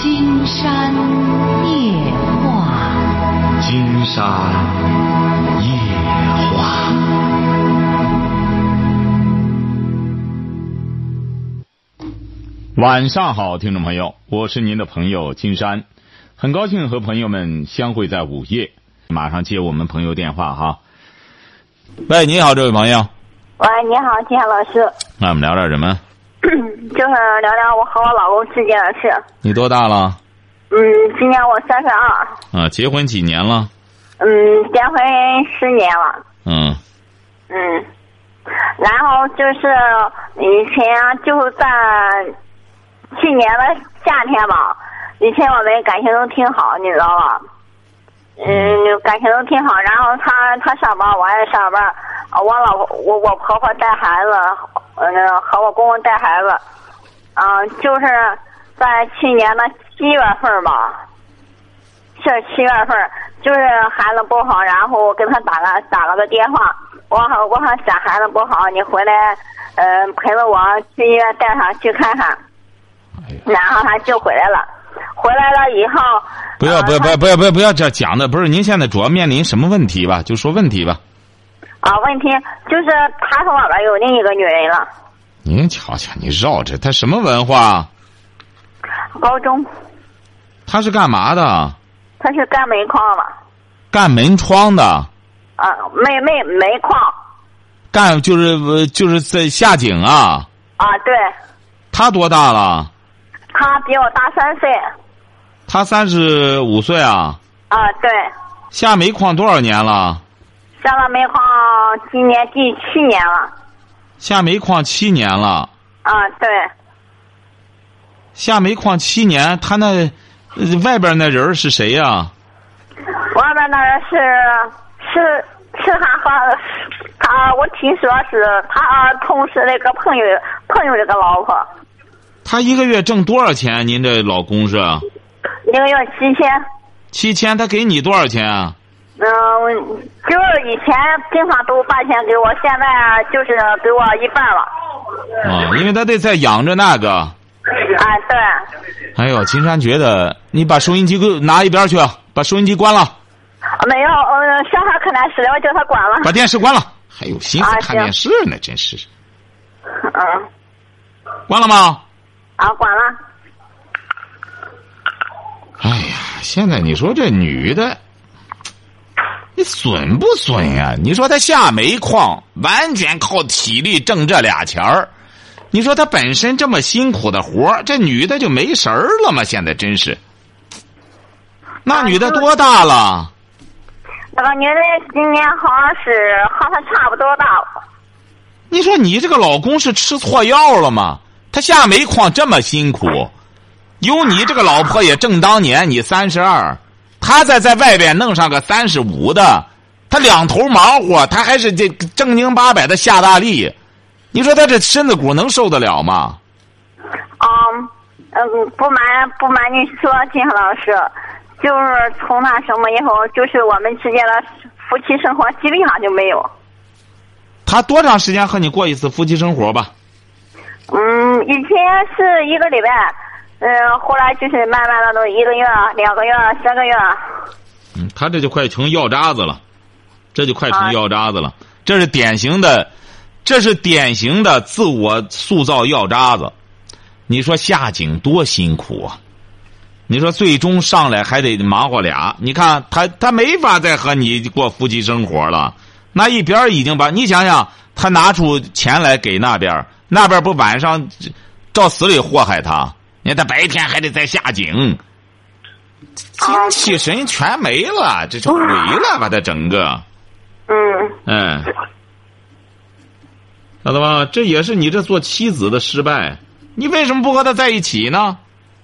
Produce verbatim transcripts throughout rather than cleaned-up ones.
金山夜话， 金山夜话。晚上好，听众朋友，我是您的朋友金山，很高兴和朋友们相会在午夜。马上接我们朋友电话哈。喂，你好，这位朋友。 喂，你好，金山老师。 那我们聊点什么？ 就是聊聊我和我老公之间的事。你多大了？ 嗯，今年我三十二。 啊，结婚几年了？ 嗯，结婚十年了。 嗯。 嗯，然后就是以前就是在去年的夏天吧，以前我们感情都挺好，你知道吧？嗯，感情都挺好。然后他他上班，我也上班。我老我我婆婆带孩子，嗯，和我公公带孩子。嗯、呃，就是在去年的七月份吧，是七月份，就是孩子不好，然后我跟他打了打了个电话，我我说想孩子不好，你回来，嗯、呃，陪着我去医院带他去看看。然后他就回来了，回来了以后， 不要不要不要不要不要不要这讲的，不是您现在主要面临什么问题吧？就说问题吧。 啊，问题就是他从外边有另一个女人了。 您瞧瞧，你绕着他什么文化？ 高中。 他是干嘛的？ 他是干煤矿的。 干门窗的。 啊，煤煤煤矿。 干就是就是在下井啊。 啊，对。 他多大了？ 他比我大三岁。 他三十五岁啊。 啊，对。 下煤矿多少年了？ 下了煤矿今年第七年了。 下煤矿七年了。 啊，对。 下煤矿七年，他那、呃、外边那人是谁呀、啊？ 外边那人是是是他和他，我听说是他同事那个朋友朋友这个老婆。 他一个月挣多少钱？您这老公是？ 一个月七千。 七千，他给你多少钱啊？ 嗯，就是以前经常都八千给我，现在就是给我一半了。 啊，因为他得再养着那个。 啊，对。 哎呦，金山觉得你把收音机给拿一边去，把收音机关了。 没有，嗯，小孩看电视了，我叫他关了。 把电视关了，还有心思看电视呢，真是。 嗯。 关了吗？ 啊，关了。 哎呀，现在你说这女的。你损不损呀？你说他下煤矿完全靠体力挣这俩钱儿，你说他本身这么辛苦的活儿，这女的就没神儿了吗？现在真是。那女的多大了？ 那个女的今年好像是和他差不多大了。 你说你这个老公是吃错药了吗？他下煤矿这么辛苦，有你这个老婆也正当年，你三十二。他再在外边弄上个三十五的，他两头忙活，他还是这正经八百的下大力，你说他这身子骨能受得了吗？ 嗯嗯，不瞒不瞒您说，金老师，就是从那什么以后，就是我们之间的夫妻生活基本上就没有。 他多长时间和你过一次夫妻生活吧？ 嗯，以前是一个礼拜。嗯，后来就是慢慢的都一个月、两个月、三个月。 嗯，他这就快成药渣子了，这就快成药渣子了。啊、这是典型的，这是典型的自我塑造药渣子。你说下井多辛苦啊！你说最终上来还得忙活俩，你看他他没法再和你过夫妻生活了。那一边已经把你想想，他拿出钱来给那边，那边不晚上照死里祸害他。你看他白天还得在下井，精气神全没了，这就毁了把他整个。 嗯。 嗯。晓得吧？这也是你这做妻子的失败。你为什么不和他在一起呢？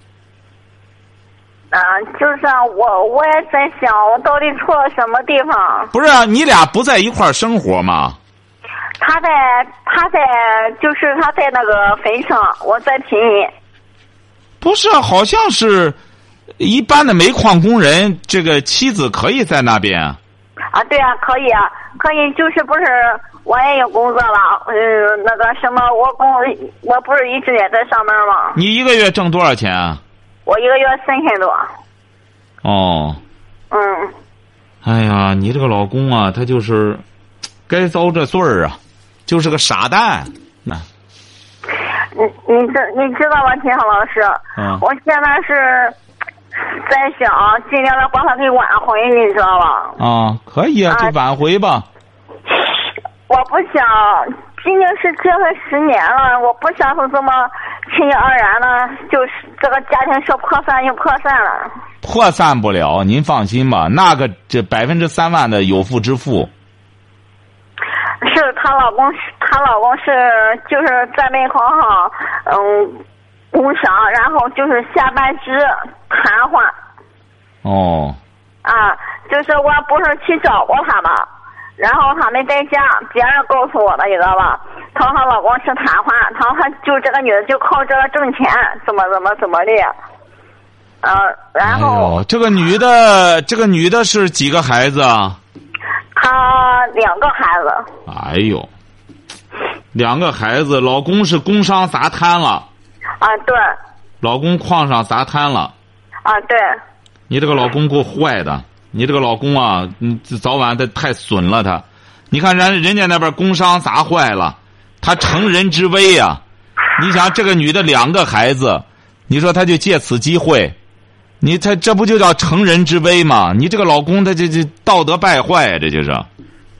啊，就是我，我也在想，我到底错了什么地方？ 不是啊，你俩不在一块儿生活吗？ 他在，他在，就是他在那个坟上，我在平民。 不是，好像是一般的煤矿工人，这个妻子可以在那边。 啊，对啊，可以啊，可以，就是不是我也有工作了，嗯，那个什么，我工我不是一直也在上班吗？ 你一个月挣多少钱啊？ 我一个月三千多。 哦。 嗯。 哎呀，你这个老公啊，他就是该遭这罪儿啊，就是个傻蛋。那， 你你知你知道吗，金浩老师？ 嗯。 我现在是在想尽量的把他给挽回，你知道吧？ 啊，可以啊，就挽回吧。 我不想，毕竟是结婚十年了，我不想说这么轻易而然的，就是这个家庭说破散就破散了。 破散不了，您放心吧。那个这百分之三万的有妇之夫， 是她老公，她老公是就是在煤矿上，嗯，工伤，然后就是下半肢瘫痪。 哦。 啊，就是我不是去找过他嘛。然后他没在家，别人告诉我的，你知道吧？她说她老公是瘫痪，她说她就这个女的就靠这个挣钱，怎么怎么怎么的。呃，然后、 哎呦，这个女的，这个女的是几个孩子啊？ 她两个孩子。 哎呦，两个孩子，老公是工伤砸瘫了。 啊，对。 老公矿上砸瘫了。 啊，对。 你这个老公够坏的。你这个老公啊，你早晚的太损了他。你看人人家那边工伤砸坏了，他乘人之危呀、啊。你想这个女的两个孩子，你说他就借此机会，你他这不就叫乘人之危吗？你这个老公他这这道德败坏、啊，这就是。啊，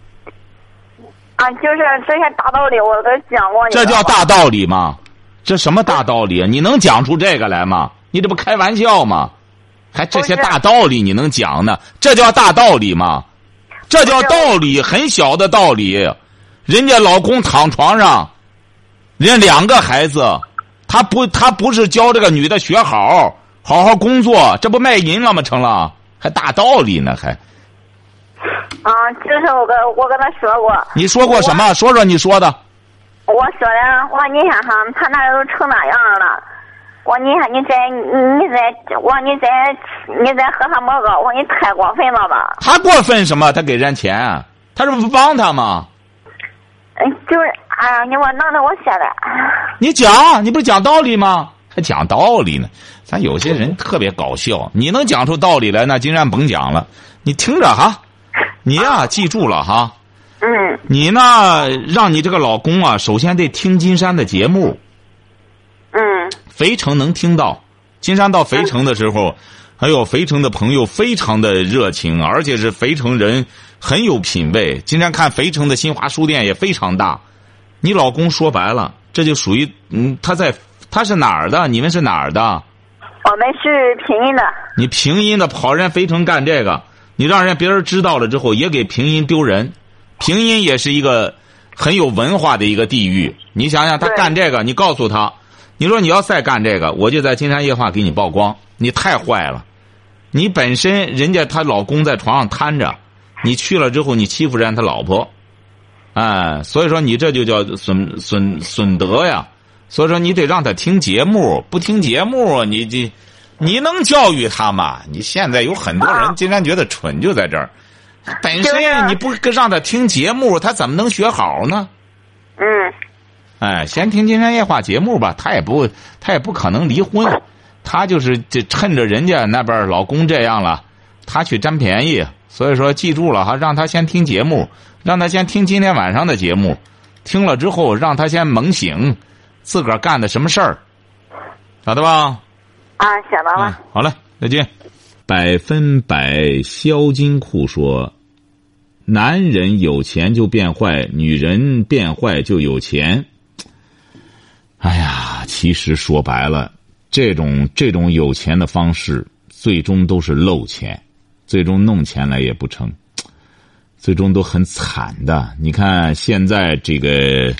就是这些大道理我都讲过。 这叫大道理吗？这什么大道理？你能讲出这个来吗？你这不开玩笑吗？还这些大道理你能讲呢？这叫大道理吗？这叫道理，很小的道理。人家老公躺床上，人家两个孩子，他不他不是教这个女的学好，好好工作，这不卖淫了吗？成了，还大道理呢？还。 啊，就是我跟我跟他说过。 你说过什么？说说你说的。 我说的，我你看哈，他那都成那样了。我你看你在你在我你在你在和他磨高，我你太过分了吧？ 他过分什么？他给人钱，他是不帮他吗？ 嗯，就是哎呀，你我弄得我现在。 你讲，你不是讲道理吗？还讲道理呢？咱有些人特别搞笑，你能讲出道理来，那竟然甭讲了。你听着哈，你呀、啊、记住了哈。 嗯。 你呢，让你这个老公啊，首先得听金山的节目。 嗯。 肥城能听到，金山到肥城的时候，还有肥城的朋友非常的热情，而且是肥城人很有品位。金山看肥城的新华书店也非常大。你老公说白了，这就属于嗯，他在他是哪儿的？你们是哪儿的？ 我们是平阴的。 你平阴的跑人肥城干这个，你让人别人知道了之后，也给平阴丢人。平阴也是一个很有文化的一个地域。你想想，他干这个，你告诉他。你说你要再干这个，我就在金山夜话给你曝光。你太坏了，你本身人家她老公在床上瘫着，你去了之后你欺负人家他老婆，哎，所以说你这就叫损损损德呀。所以说你得让他听节目，不听节目你这你能教育他吗？你现在有很多人金山觉得蠢就在这儿，本身你不让他听节目，他怎么能学好呢？ 嗯。 哎，先听金山夜话节目吧，他也不，他也不可能离婚，他就是这趁着人家那边老公这样了，他去占便宜。所以说，记住了哈，让他先听节目，让他先听今天晚上的节目，听了之后让他先猛醒，自个儿干的什么事儿，晓得吧？ 啊，晓得了、嗯。 好了，再见。百分百销金库说，男人有钱就变坏，女人变坏就有钱。哎呀，其实说白了，这种这种有钱的方式，最终都是漏钱，最终弄钱来也不成，最终都很惨的。你看现在这个，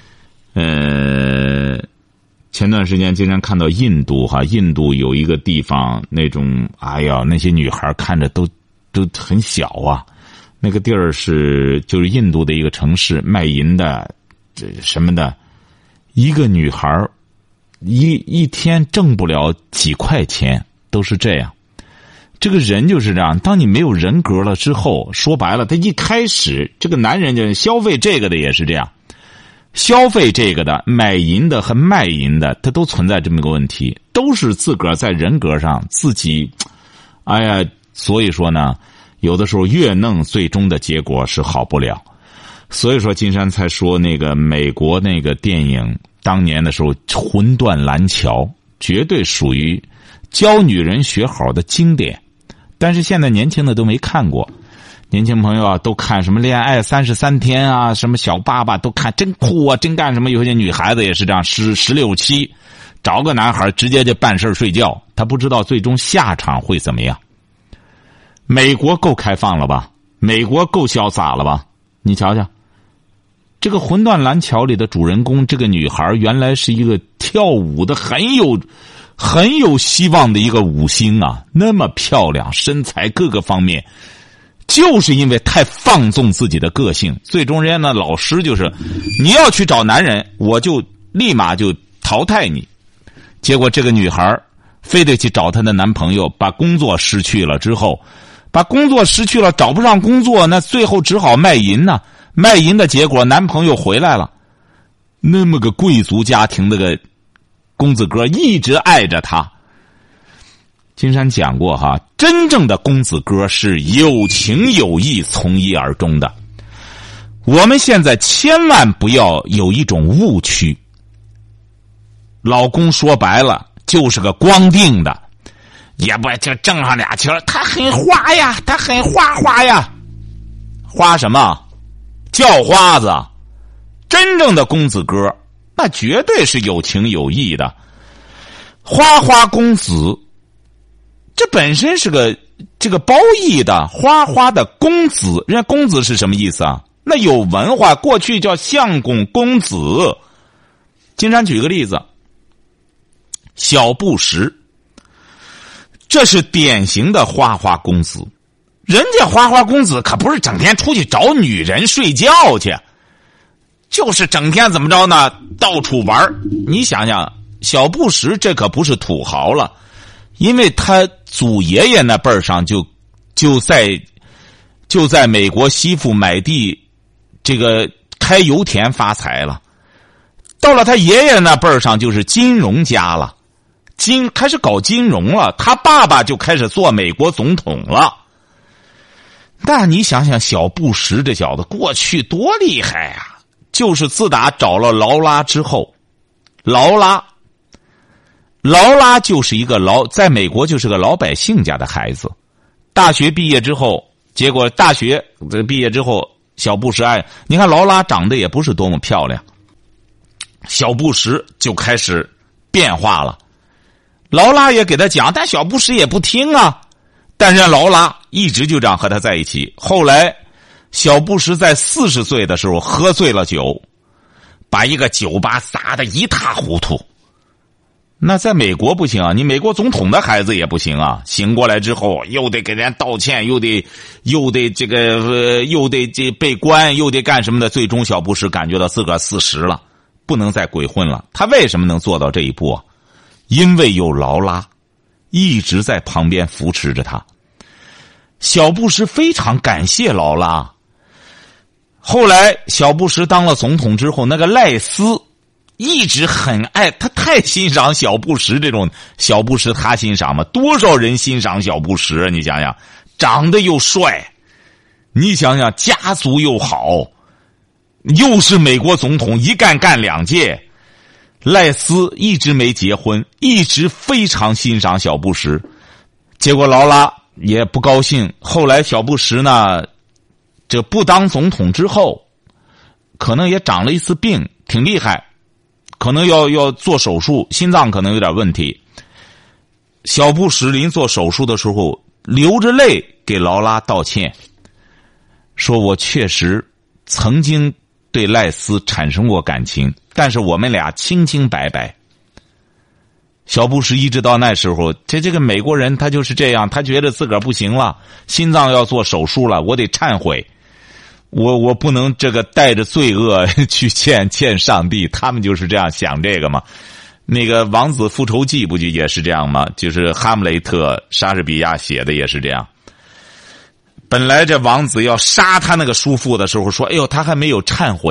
呃，前段时间经常看到印度哈，印度有一个地方，那种哎呀，那些女孩看着都都很小啊。那个地儿是就是印度的一个城市，卖淫的，这什么的。一个女孩一一天挣不了几块钱，都是这样。这个人就是这样，当你没有人格了之后，说白了，他一开始这个男人就消费这个的也是这样。 消费这个的、买淫的和卖淫的，它都存在这么一个问题，都是自个儿在人格上自己，哎呀，所以说呢，有的时候越弄，最终的结果是好不了。所以说，金山才说那个美国那个电影当年的时候，《魂断蓝桥》绝对属于教女人学好的经典，但是现在年轻的都没看过。年轻朋友啊，都看什么《恋爱三十三天》啊，什么小爸爸都看，真酷啊，真干什么？有些女孩子也是这样，十十六七，找个男孩直接就办事睡觉，他不知道最终下场会怎么样。美国够开放了吧？美国够潇洒了吧？你瞧瞧，这个《魂断蓝桥》里的主人公，这个女孩原来是一个跳舞的很有很有希望的一个舞星啊，那么漂亮，身材各个方面。就是因为太放纵自己的个性，最终人家呢老师就是你要去找男人，我就立马就淘汰你。结果这个女孩非得去找她的男朋友，把工作失去了之后，把工作失去了，找不上工作，那最后只好卖淫呢。卖淫的结果，男朋友回来了，那么个贵族家庭的个公子哥一直爱着她。金山讲过哈，真正的公子哥是有情有义、从一而终的。我们现在千万不要有一种误区，老公说白了就是个光腚的，也不就挣上俩钱，他很花呀，他很花花呀，花什么？叫花子。真正的公子哥，那绝对是有情有义的。花花公子。这本身是个这个褒义的花花的公子，人家公子是什么意思啊？那有文化，过去叫相公公子。金山举个例子，小布什，这是典型的花花公子。人家花花公子可不是整天出去找女人睡觉去，就是整天怎么着呢？到处玩。你想想，小布什这可不是土豪了。因为他祖爷爷那辈儿上就就在就在美国西部买地，这个开油田发财了。到了他爷爷那辈儿上就是金融家了，金开始搞金融了。他爸爸就开始做美国总统了。那你想想，小布什这小子过去多厉害啊！就是自打找了劳拉之后，劳拉。劳拉就是一个老，在美国就是个老百姓家的孩子。大学毕业之后，结果大学毕业之后，小布什爱，你看劳拉长得也不是多么漂亮，小布什就开始变化了。劳拉也给他讲，但小布什也不听啊。但是劳拉一直就这样和他在一起。后来，小布什在四十岁的时候喝醉了酒，把一个酒吧砸得一塌糊涂。那在美国不行啊，你美国总统的孩子也不行啊！醒过来之后，又得给人家道歉，又得又得这个呃，又得这被关，又得干什么的。最终，小布什感觉到自个儿四十了，不能再鬼混了。他为什么能做到这一步啊？因为有劳拉一直在旁边扶持着他。小布什非常感谢劳拉。后来，小布什当了总统之后，那个赖斯。一直很爱他，太欣赏小布什这种。小布什他欣赏吗？多少人欣赏小布什啊？你想想，长得又帅，你想想家族又好，又是美国总统，一干干两届。赖斯一直没结婚，一直非常欣赏小布什。结果劳拉也不高兴。后来小布什呢，这不当总统之后，可能也长了一次病，挺厉害。可能要要做手术，心脏可能有点问题。小布什临做手术的时候，流着泪给劳拉道歉，说我确实曾经对赖斯产生过感情，但是我们俩清清白白。小布什一直到那时候，这这个美国人他就是这样，他觉得自个儿不行了，心脏要做手术了，我得忏悔。我我不能这个带着罪恶去见见上帝，他们就是这样想这个嘛。那个《王子复仇记》不就也是这样吗？就是哈姆雷特莎士比亚写的也是这样。本来这王子要杀他那个叔父的时候说，哎呦，他还没有忏悔，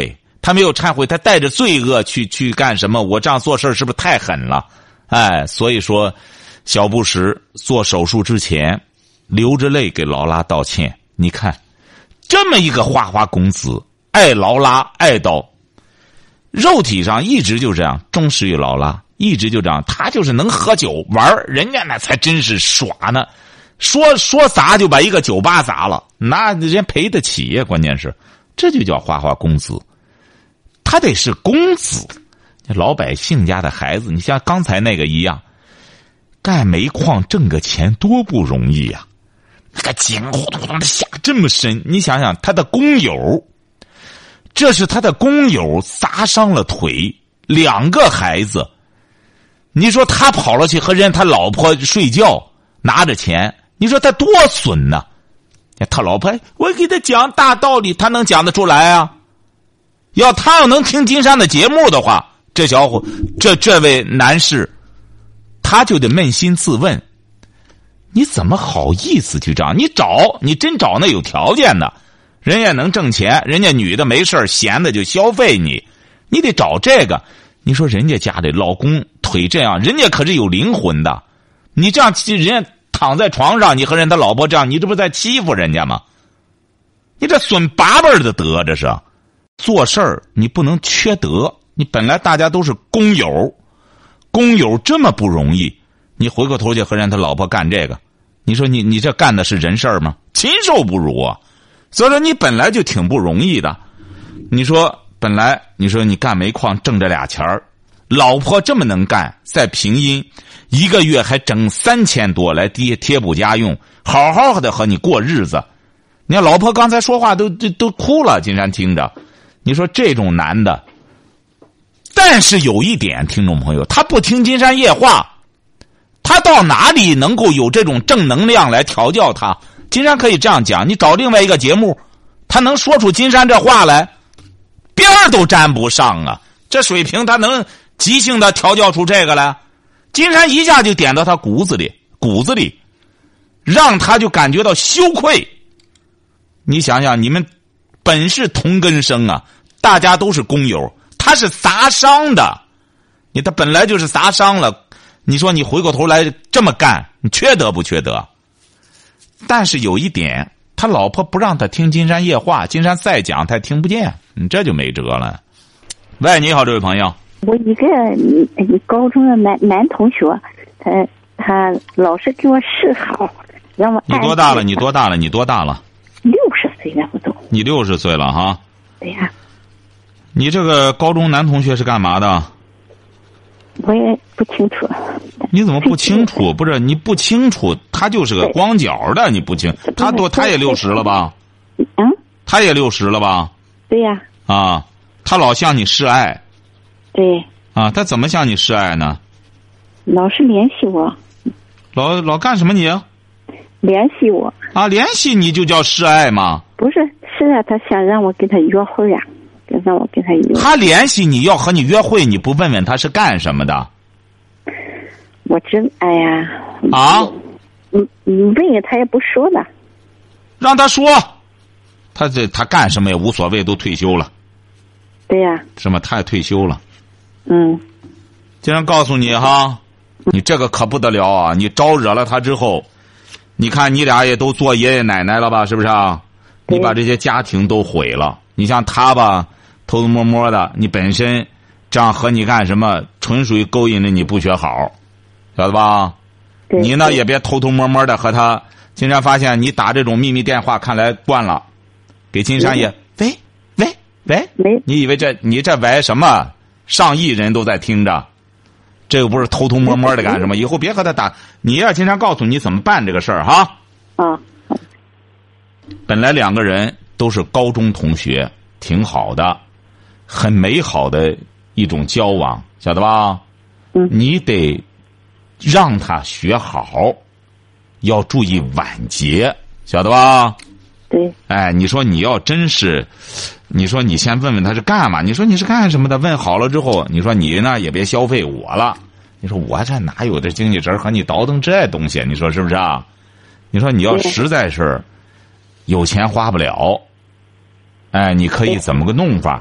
他没有忏悔，他带着罪恶去去干什么？我这样做事是不是太狠了？哎，所以说，小布什做手术之前流着泪给劳拉道歉。你看，这么一个花花公子，爱劳拉爱到肉体上一直就这样，忠实于劳拉，一直就这样。他就是能喝酒玩，人家那才真是耍呢。说说砸就把一个酒吧砸了，那人家赔得起呀。关键是，这就叫花花公子。他得是公子，老百姓家的孩子，你像刚才那个一样，干煤矿挣个钱多不容易呀、啊！那个井呼通通的下这么深，你想想他的工友，这是他的工友砸伤了腿，两个孩子，你说他跑了去和人他老婆睡觉，拿着钱，你说他多损呢？他老婆，我给他讲大道理，他能讲得出来啊？要他要能听金山的节目的话，这小伙，这这位男士，他就得扪心自问：你怎么好意思去这样？你找，你真找那有条件的，人家能挣钱，人家女的没事闲的就消费你，你得找这个。你说人家家里老公腿这样，人家可是有灵魂的，你这样人家躺在床上，你和人他老婆这样，你这不是在欺负人家吗？你这损八辈的德，这是。做事儿你不能缺德，你本来大家都是工友，工友这么不容易，你回过头去和人他老婆干这个，你说你你这干的是人事儿吗？禽兽不如啊！所以说你本来就挺不容易的，你说本来你说你干煤矿挣这俩钱儿，老婆这么能干，在平阴一个月还整三千多来贴贴补家用，好好的和你过日子。你看老婆刚才说话都都都哭了，金山听着。你说这种男的，但是有一点，听众朋友，他不听金山夜话，他到哪里能够有这种正能量来调教他？金山可以这样讲，你找另外一个节目，他能说出金山这话来，边儿都沾不上啊！这水平他能即兴的调教出这个来？金山一下就点到他骨子里，骨子里，让他就感觉到羞愧。你想想，你们本是同根生啊，大家都是工友，他是砸伤的，你他本来就是砸伤了，你说你回过头来这么干，你缺德不缺德？但是有一点，他老婆不让他听金山夜话，金山再讲他也听不见，你这就没辙了。喂，你好，这位朋友。 我一个高中的男男同学，他他老是给我示好，让我。 你多大了？你多大了？你多大了？ 六十岁了，不都？ 你六十岁了哈？ 对呀。 你这个高中男同学是干嘛的？ 我也不清楚。 你怎么不清楚？不是你不清楚，他就是个光脚的，你不清。他多，他也六十了吧？ 嗯。 他也六十了吧？ 对呀。 啊，他老向你示爱。 对。 啊，他怎么向你示爱呢？ 老是联系我。 老老干什么你？ 联系我。 啊，联系你就叫示爱吗？ 不是，是啊，他想让我跟他约会呀、啊，让我跟他约。 他联系你要和你约会，你不问问他是干什么的？ 我真哎呀。 啊？ 嗯嗯，问也他也不说的。 让他说，他这他干什么也无所谓，都退休了。 对呀、啊。 是吗？他也退休了。 嗯。 经常告诉你哈，你这个可不得了啊！你招惹了他之后。你看，你俩也都做爷爷奶奶了吧？是不是啊？你把这些家庭都毁了。你像他吧，偷偷摸摸的，你本身这样和你干什么，纯属于勾引着你不学好，晓得吧？你呢也别偷偷摸摸的和他。金山发现你打这种秘密电话，看来惯了。给金山也喂喂喂，你以为这你这喂什么？上亿人都在听着。这个不是偷偷摸摸的干什么？以后别和他打。你要经常告诉你怎么办这个事儿哈。 啊。 本来两个人都是高中同学，挺好的，很美好的一种交往，晓得吧？ 嗯。 你得让他学好，要注意晚节，晓得吧？ 对。 哎，你说你要真是，你说你先问问他是干嘛？你说你是干什么的？问好了之后，你说你呢也别消费我了。你说我这哪有这经济值和你倒腾这东西？你说是不是啊？你说你要实在是有钱花不了，哎，你可以怎么个弄法？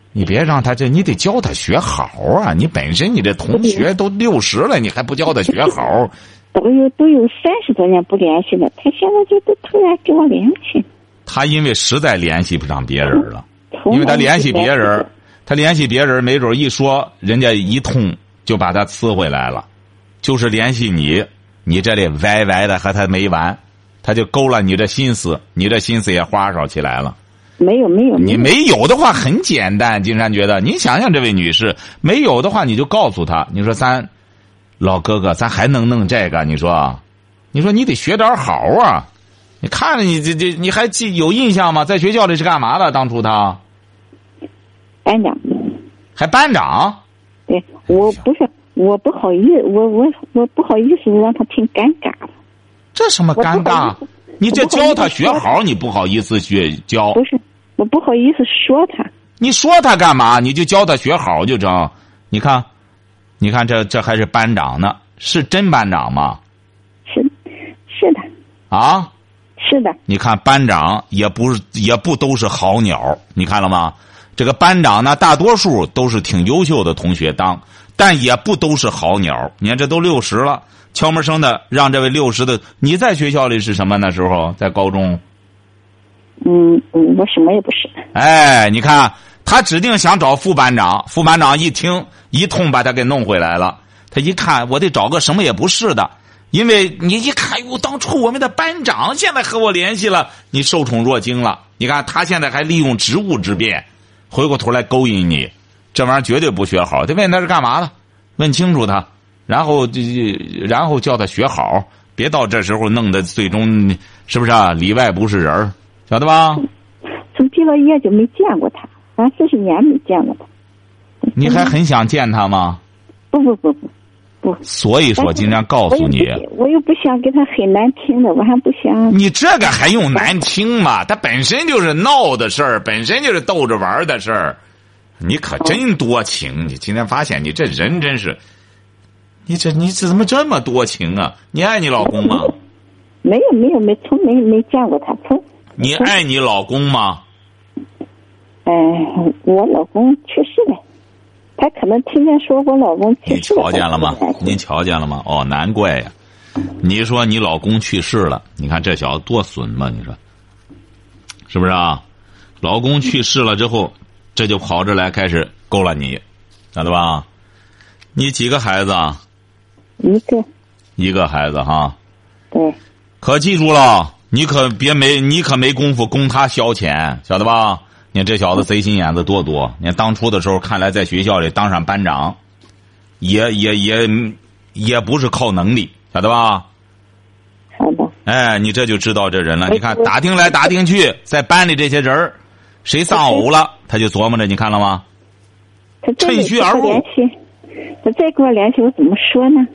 你别让他这，你得教他学好啊！你本身你这同学都六十了，你还不教他学好？ 都有都有三十多年不联系了，他现在就都突然跟我联系。 他因为实在联系不上别人了，因为他联系别人，他联系别人，没准一说人家一通就把他呲回来了，就是联系你，你这里歪歪的和他没完，他就勾了你这心思，你这心思也花哨起来了。 没有没有， 你没有的话很简单，金山觉得，你想想这位女士，没有的话你就告诉她，你说咱老哥哥，咱还能弄这个？你说，你说你得学点好啊！你看着你这这，你还记有印象吗？在学校里是干嘛的？当初他班长， 还班长？ 对，我不是，我不好意思，我我我不好意思让他挺尴尬的。 这什么尴尬？你这教他学好，你不好意思学教？ 不是，我不好意思说他。 你说他干嘛？你就教他学好就成。你看，你看这这还是班长呢，是真班长吗？ 是，是的。 啊？ 是的。 你看班长也不是也不都是好鸟，你看了吗？这个班长呢，大多数都是挺优秀的同学当，但也不都是好鸟。你看这都六十了。悄没声的让这位六十的，你在学校里是什么？那时候在高中？ 嗯嗯，我什么也不是。 哎，你看他指定想找副班长，副班长一听一通把他给弄回来了。他一看，我得找个什么也不是的，因为你一看，哟，当初我们的班长现在和我联系了，你受宠若惊了。你看他现在还利用职务之便，回过头来勾引你，这玩意儿绝对不学好。得问他是干嘛的，问清楚他。然后就然后叫他学好，别到这时候弄得最终是不是啊？里外不是人，晓得吧？ 从毕了业就没见过他，反正四十年没见过他。 你还很想见他吗？ 不不不不不。 所以说，今天告诉你， 我又不想给他很难听的，我还不想。 你这个还用难听吗？他本身就是闹的事儿，本身就是逗着玩的事儿。你可真多情！你今天发现你这人真是。你这你怎么这么多情啊？你爱你老公吗？ 没有没有没从没没见过他，从。 你爱你老公吗？ 哎，我老公去世了，他可能听见说我老公去世了。 你瞧见了吗？您瞧见了吗？哦，难怪呀！你说你老公去世了，你看这小子多损嘛？你说是不是啊？老公去世了之后，这就跑着来开始勾了你，晓得吧？你几个孩子啊？ 一个， 一个孩子哈， 对， 可记住了，你可别没，你可没工夫供他消遣，晓得吧？你看这小子贼心眼子多多。你看当初的时候，看来在学校里当上班长，也也也也不是靠能力，晓得吧？ 好的。 哎，你这就知道这人了。你看打听来打听去，在班里这些人谁丧偶了，他就琢磨着，你看了吗？趁虚而入。 他再跟我联系，我怎么说呢？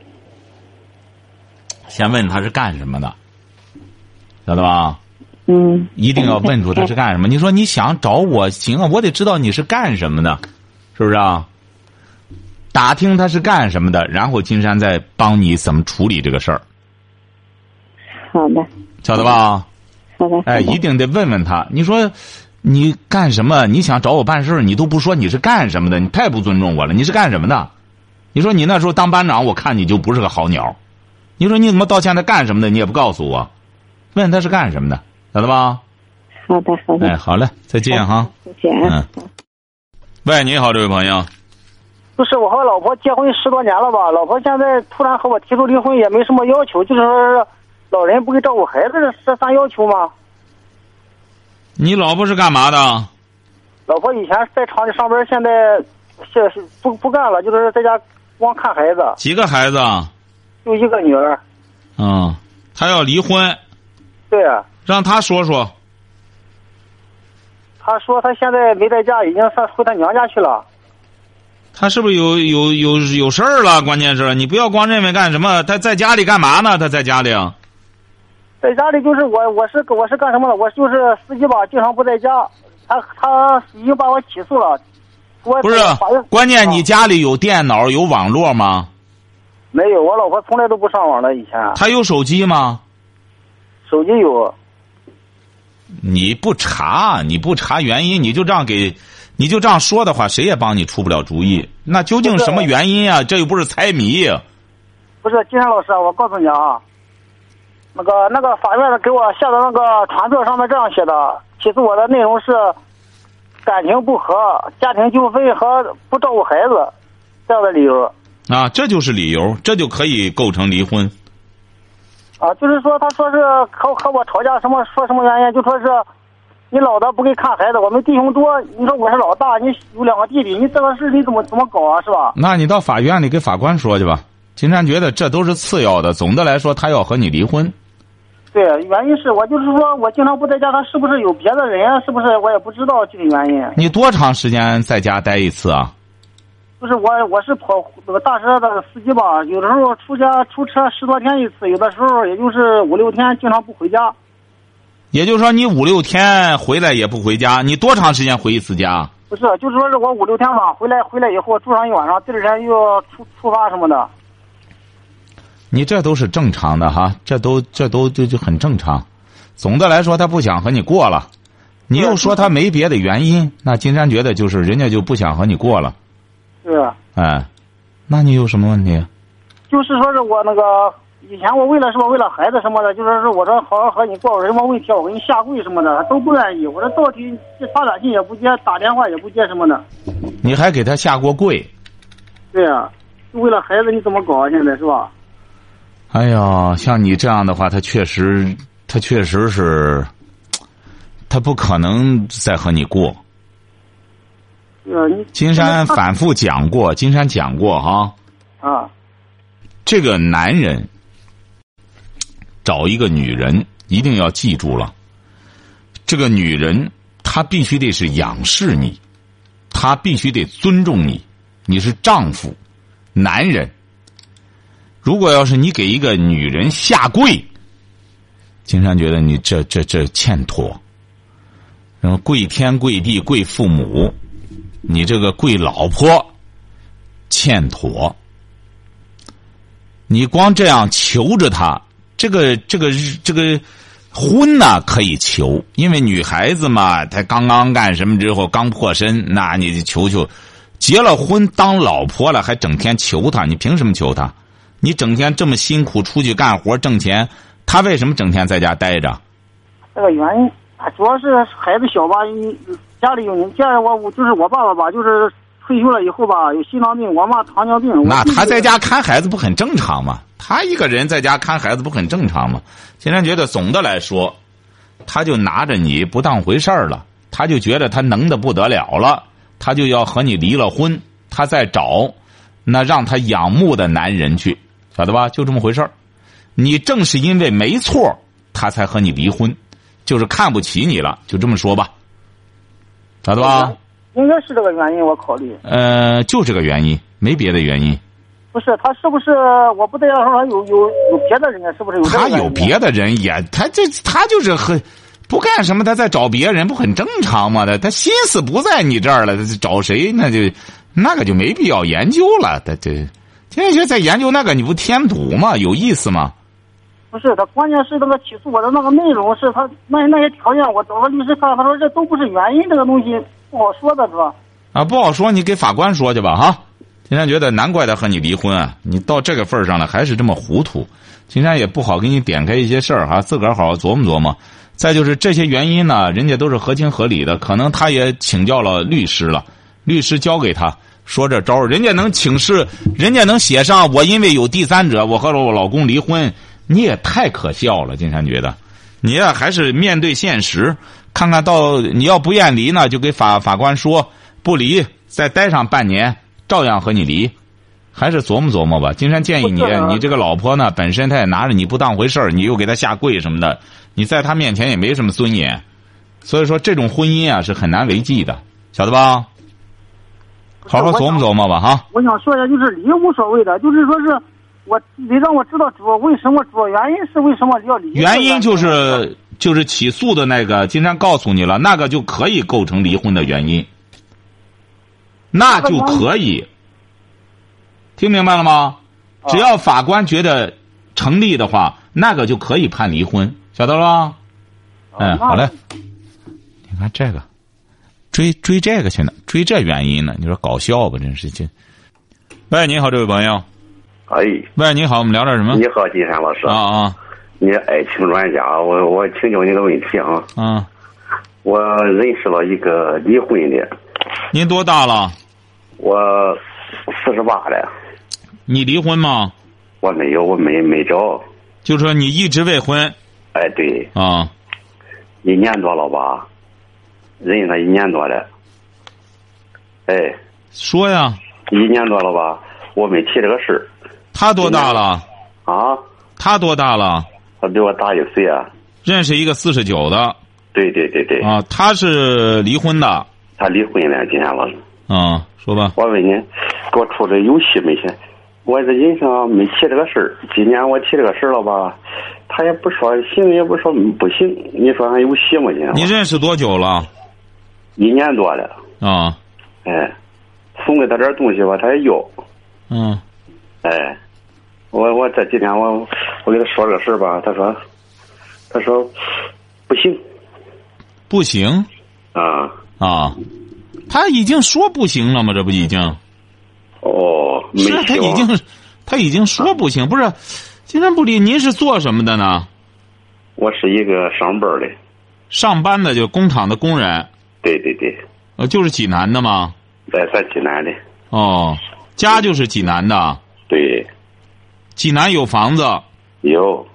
先问他是干什么的，晓得吧？ 嗯。 一定要问出他是干什么。你说你想找我行啊，我得知道你是干什么的，是不是啊？打听他是干什么的，然后金山再帮你怎么处理这个事儿。 好的。 晓得吧？ 好的。 哎，一定得问问他。你说你干什么？你想找我办事，你都不说你是干什么的，你太不尊重我了。你是干什么的？你说你那时候当班长，我看你就不是个好鸟。你说你怎么到现在干什么的，你也不告诉我？问他是干什么的，晓得吧？ 好的，好的。 哎，好嘞，再见哈。 再见。 嗯。喂，你好，这位朋友。 不是，我和老婆结婚十多年了吧？老婆现在突然和我提出离婚，也没什么要求，就是说老人不给照顾孩子，是啥要求吗？ 你老婆是干嘛的？ 老婆以前在厂里上班，现在是不不干了，就是在家光看孩子。 几个孩子？ 就一个女儿。 嗯，她要离婚。 对啊。 让她说说。 她说她现在没在家，已经上回她娘家去了。 她是不是有有有有事儿了？关键是你不要光认为干什么，她在家里干嘛呢？她在家里。 在家里就是我，我是我是干什么的？我就是司机吧，经常不在家。他他已经把我起诉了。我不是，关键你家里有电脑有网络吗？ 没有，我老婆从来都不上网的。以前。 她有手机吗？ 手机有。 你不查，你不查原因，你就这样给你就这样说的话，谁也帮你出不了主意。那究竟什么原因啊？这又不是猜谜。 不是，金山老师，我告诉你啊，那个那个法院的给我下的那个传票上面这样写的，起诉我的内容是感情不和、家庭纠纷和不照顾孩子这样的理由。 啊，这就是理由，这就可以构成离婚。 啊，就是说，他说是和和我吵架什么，说什么原因，就说是你老的不给看孩子，我们弟兄多，你说我是老大，你有两个弟弟，你这个事你怎么怎么搞啊，是吧？ 那你到法院里给法官说去吧。金山觉得这都是次要的，总的来说，他要和你离婚。 对，原因是我就是说我经常不在家，他是不是有别的人？是不是我也不知道具体原因。 你多长时间在家待一次啊？ 就是我我是跑那个大车的司机吧，有的时候出家出车十多天一次，有的时候也就是五六天，经常不回家。 也就是说，你五六天回来也不回家，你多长时间回一次家？ 不是，就是说是我五六天吧，回来回来以后住上一晚上，第二天又要出出发什么的。 你这都是正常的哈，这都这都就就很正常。总的来说，他不想和你过了，你又说他没别的原因，那金山觉得就是人家就不想和你过了。 是。 哎，那你有什么问题？ 就是说是我那个以前我为了什么为了孩子什么的，就是说我说好好和你过，有什么问题我给你下跪什么的，他都不愿意。我说到底发短信也不接，打电话也不接什么的。 你还给他下过跪？ 对啊，为了孩子你怎么搞啊？现在是吧？ 哎呀，像你这样的话，他确实，他确实是，他不可能再和你过。 呃，你金山反复讲过，金山讲过哈。 啊。 这个男人找一个女人，一定要记住了，这个女人她必须得是仰视你，她必须得尊重你，你是丈夫，男人。如果要是你给一个女人下跪，金山觉得你这这这欠妥。然后跪天跪地跪父母，你这个跪老婆欠妥。你光这样求着她，这个这个这个婚呢可以求，因为女孩子嘛，她刚刚干什么之后刚破身，那你求求，结了婚当老婆了还整天求她，你凭什么求她？你整天这么辛苦出去干活挣钱，她为什么整天在家待着？ 这个原因主要是孩子小吧，家里有人，家里我就是我爸爸吧，就是退休了以后吧，有心脏病，我妈糖尿病。 那他在家看孩子不很正常吗？他一个人在家看孩子不很正常吗？现在觉得总的来说，他就拿着你不当回事儿了，他就觉得他能的不得了了，他就要和你离了婚，他再找那让他仰慕的男人去，晓得吧？就这么回事儿。你正是因为没错，他才和你离婚，就是看不起你了，就这么说吧，晓得吧？ 应该是这个原因，我考虑。 呃，就这个原因，没别的原因。 不是他是不是我不在家的时候有有有别的人？是不是有？ 他有别的人也，他这他就是很不干什么，他在找别人，不很正常吗？他他心思不在你这儿了，他找谁那就那个就没必要研究了。他这现在就在研究那个，你不添堵吗？有意思吗？ 不是，他关键是那个起诉我的那个内容是他那那些条件，我找个律师看，他说这都不是原因，这个东西不好说的是吧？ 啊，不好说，你给法官说去吧哈。金山觉得难怪他和你离婚啊，你到这个份儿上了还是这么糊涂。金山也不好给你点开一些事儿哈，自个儿好好琢磨琢磨。再就是这些原因呢，人家都是合情合理的，可能他也请教了律师了，律师教给他说这招，人家能请示，人家能写上我因为有第三者，我和我老公离婚，你也太可笑了。金山觉得，你呀还是面对现实，看看到你要不愿离呢，就给法法官说不离，再待上半年。照样和你离，还是琢磨琢磨吧。金山建议你，你这个老婆呢，本身她也拿着你不当回事儿，你又给她下跪什么的，你在她面前也没什么尊严，所以说这种婚姻啊是很难维系的，晓得吧？好好琢磨琢磨吧，哈。 我想说一下，就是离无所谓的，就是说是我得让我知道主为什么，主要原因是为什么要离。 原因就是就是起诉的那个，金山告诉你了，那个就可以构成离婚的原因。那就可以，听明白了吗？只要法官觉得成立的话，那个就可以判离婚，晓得了吧？嗯，好嘞。你看这个， 追追这个去呢，追这原因呢？你说搞笑吧，真是这。喂，你好，这位朋友。 哎， 喂，你好，我们聊点什么？ 你好，金山老师。 啊啊， 你爱情专家，我我请教你个问题啊。 啊。 我认识了一个离婚的。 您多大了？ 我四十八了。 你离婚吗？ 我没有，我没没找。 就说你一直未婚。 哎，对。 啊。 一年多了吧？认识他一年多了。哎。 说呀。 一年多了吧？我没提这个事儿。 他多大了？ 啊？ 他多大了？ 他比我大一岁啊。 认识一个四十九的。 对对对对。 啊，他是离婚的。 他离婚了，金山老师。 啊，说吧。 我问你，给我出这游戏没钱？我这人生没提这个事儿。今年我提这个事儿了吧？他也不说行，也不说不行。你说俺有戏吗？金山？ 你认识多久了？ 一年多了。 啊。 哎。送给他点东西吧，他也要。 嗯。 哎，我我这几天我我给他说这个事儿吧，他说，他说不行。 不行。 啊啊，他已经说不行了吗？这不已经。 哦，没是他已经他已经说不行，不是？金山不离，您是做什么的呢？ 我是一个上班的。 上班的，就工厂的工人。 对对对。 呃，就是济南的吗？ 在在济南的。 哦，家就是济南的。 对。 济南有房子。 有。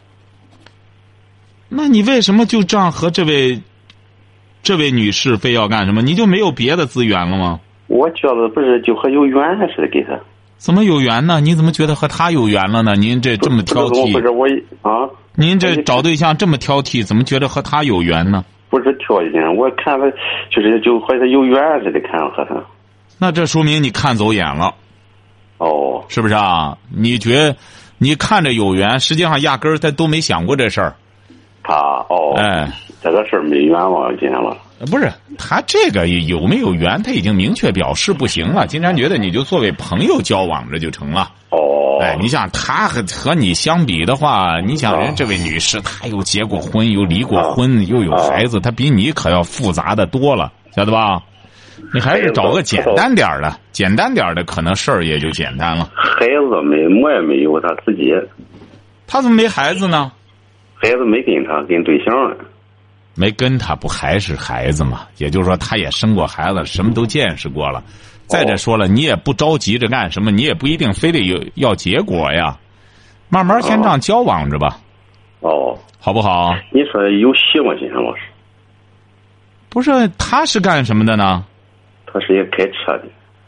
那你为什么就这样和这位这位女士非要干什么？你就没有别的资源了吗？ 我觉得不是，就和有缘似的给他。 怎么有缘呢？你怎么觉得和他有缘了呢？您这这么挑剔。 不是我啊。 您这找对象这么挑剔，怎么觉得和他有缘呢？ 不是挑剔，我看他就是就和他有缘似的，看和他。 那这说明你看走眼了。 哦。 是不是啊？你觉你看着有缘，实际上压根儿他都没想过这事儿。 他哦。 哎。 这个事儿没冤枉金山了。 不是他这个有没有缘，他已经明确表示不行了。金山觉得你就作为朋友交往着就成了。 哦。 哎，你想他和和你相比的话，你想人这位女士，她又结过婚，又离过婚，又有孩子，她比你可要复杂的多了，晓得吧？你还是找个简单点的，简单点的，可能事儿也就简单了。 孩子没，我也没有，他自己。 他怎么没孩子呢？ 孩子没跟他，跟对象了。 没跟他不还是孩子嘛？也就是说，他也生过孩子，什么都见识过了。再者说了，你也不着急着干什么，你也不一定非得有要结果呀，慢慢先这样交往着吧。 哦， 好不好？ 你说有戏吗，金山老师？ 不是，他是干什么的呢？ 他是一个开车的。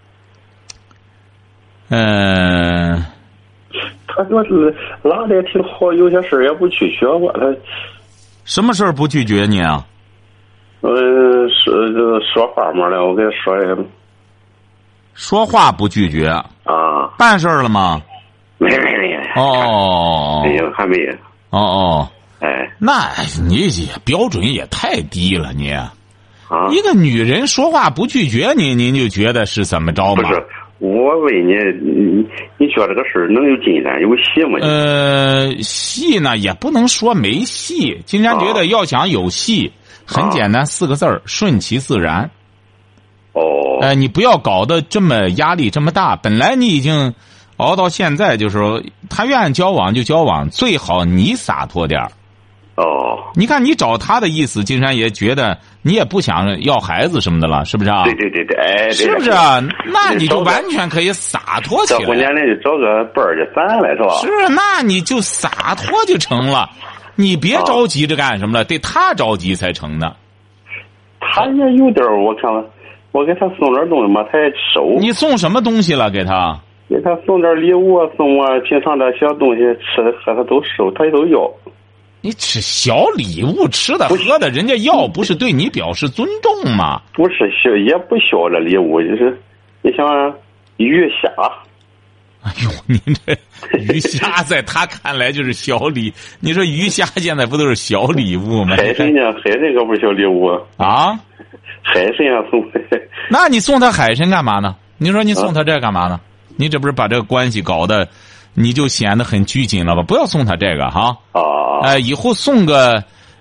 嗯、呃。 他说是拉的也挺好，有些事也不拒绝我。他什么事儿不拒绝你啊？ 呃，说就说话嘛了，我给他说一下。 说话不拒绝啊？ 办事儿了吗？ 没没没。 哦。 没有，还没有。 哦哦。 哎， 那你也标准也太低了，你。 啊。 一个女人说话不拒绝你，您就觉得是怎么着吗？ 不是，我问你，你你觉得这个事儿能有进展有戏吗？ 呃，戏呢也不能说没戏。金山觉得要想有戏，啊、很简单，四个字儿：顺其自然。 哦。 呃，你不要搞得这么压力这么大。本来你已经熬到现在，就是说他愿意交往就交往，最好你洒脱点儿。 哦。 你看你找他的意思，金山也觉得你也不想要孩子什么的了，是不是啊？ 对对对对，哎， 是不是啊？那你就完全可以洒脱起来。 这婚年龄就找个伴儿就散了，是吧？ 是，那你就洒脱就成了。你别着急着干什么了，得他着急才成的。 他也有点儿，我看了，我给他送点东西嘛，他也收。 你送什么东西了给他？ 给他送点礼物，送啊平常的小东西，吃的喝的都收，他也都要。 你吃小礼物，吃的喝的，人家要不是对你表示尊重吗？ 不是小，也不小的礼物，就是你像鱼虾。 哎呦，您这鱼虾在他看来就是小礼，你说鱼虾现在不都是小礼物吗？ 海参呢？海参可不是小礼物啊！ 海参啊送。 那你送他海参干嘛呢？你说你送他这干嘛呢？啊、你这不是把这个关系搞得，你就显得很拘谨了吧？不要送他这个哈。 啊。 呃，以后送个，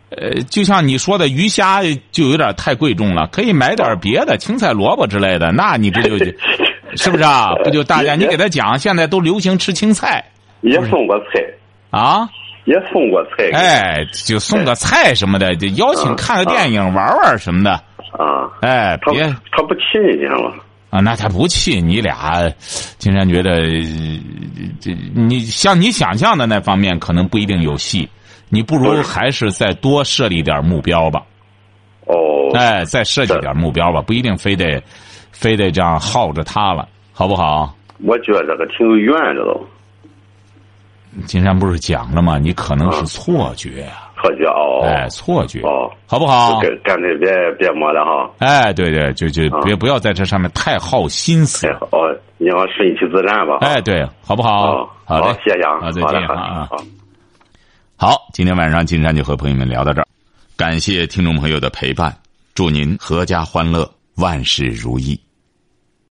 呃，就像你说的，鱼虾就有点太贵重了，可以买点别的，青菜、萝卜之类的。那你这就，是不是啊？不就大家你给他讲，现在都流行吃青菜， 也送过菜啊， 也送过菜。 哎，就送个菜什么的，就邀请看个电影、玩玩什么的。 啊， 哎，别他不气你行了。 啊，那他不气你俩，金山觉得，这你像你想象的那方面可能不一定有戏，你不如还是再多设立点目标吧。 哦， 哎，再设计点目标吧，不一定非得，非得这样耗着他了，好不好？ 我觉得这个挺有缘的都。 金山不是讲了吗？你可能是错觉啊。 错觉哦， 哎，错觉哦， 好不好？ 干干脆别别摸了哈。 哎，对对，就就别、啊、不要在这上面太耗心思。 哦，你要顺其自然吧。 哎，对，好不好？ 哦、 好嘞， 好谢谢啊， 好，再见啊。 好， 好，今天晚上金山就和朋友们聊到这儿，感谢听众朋友的陪伴，祝您阖家欢乐，万事如意。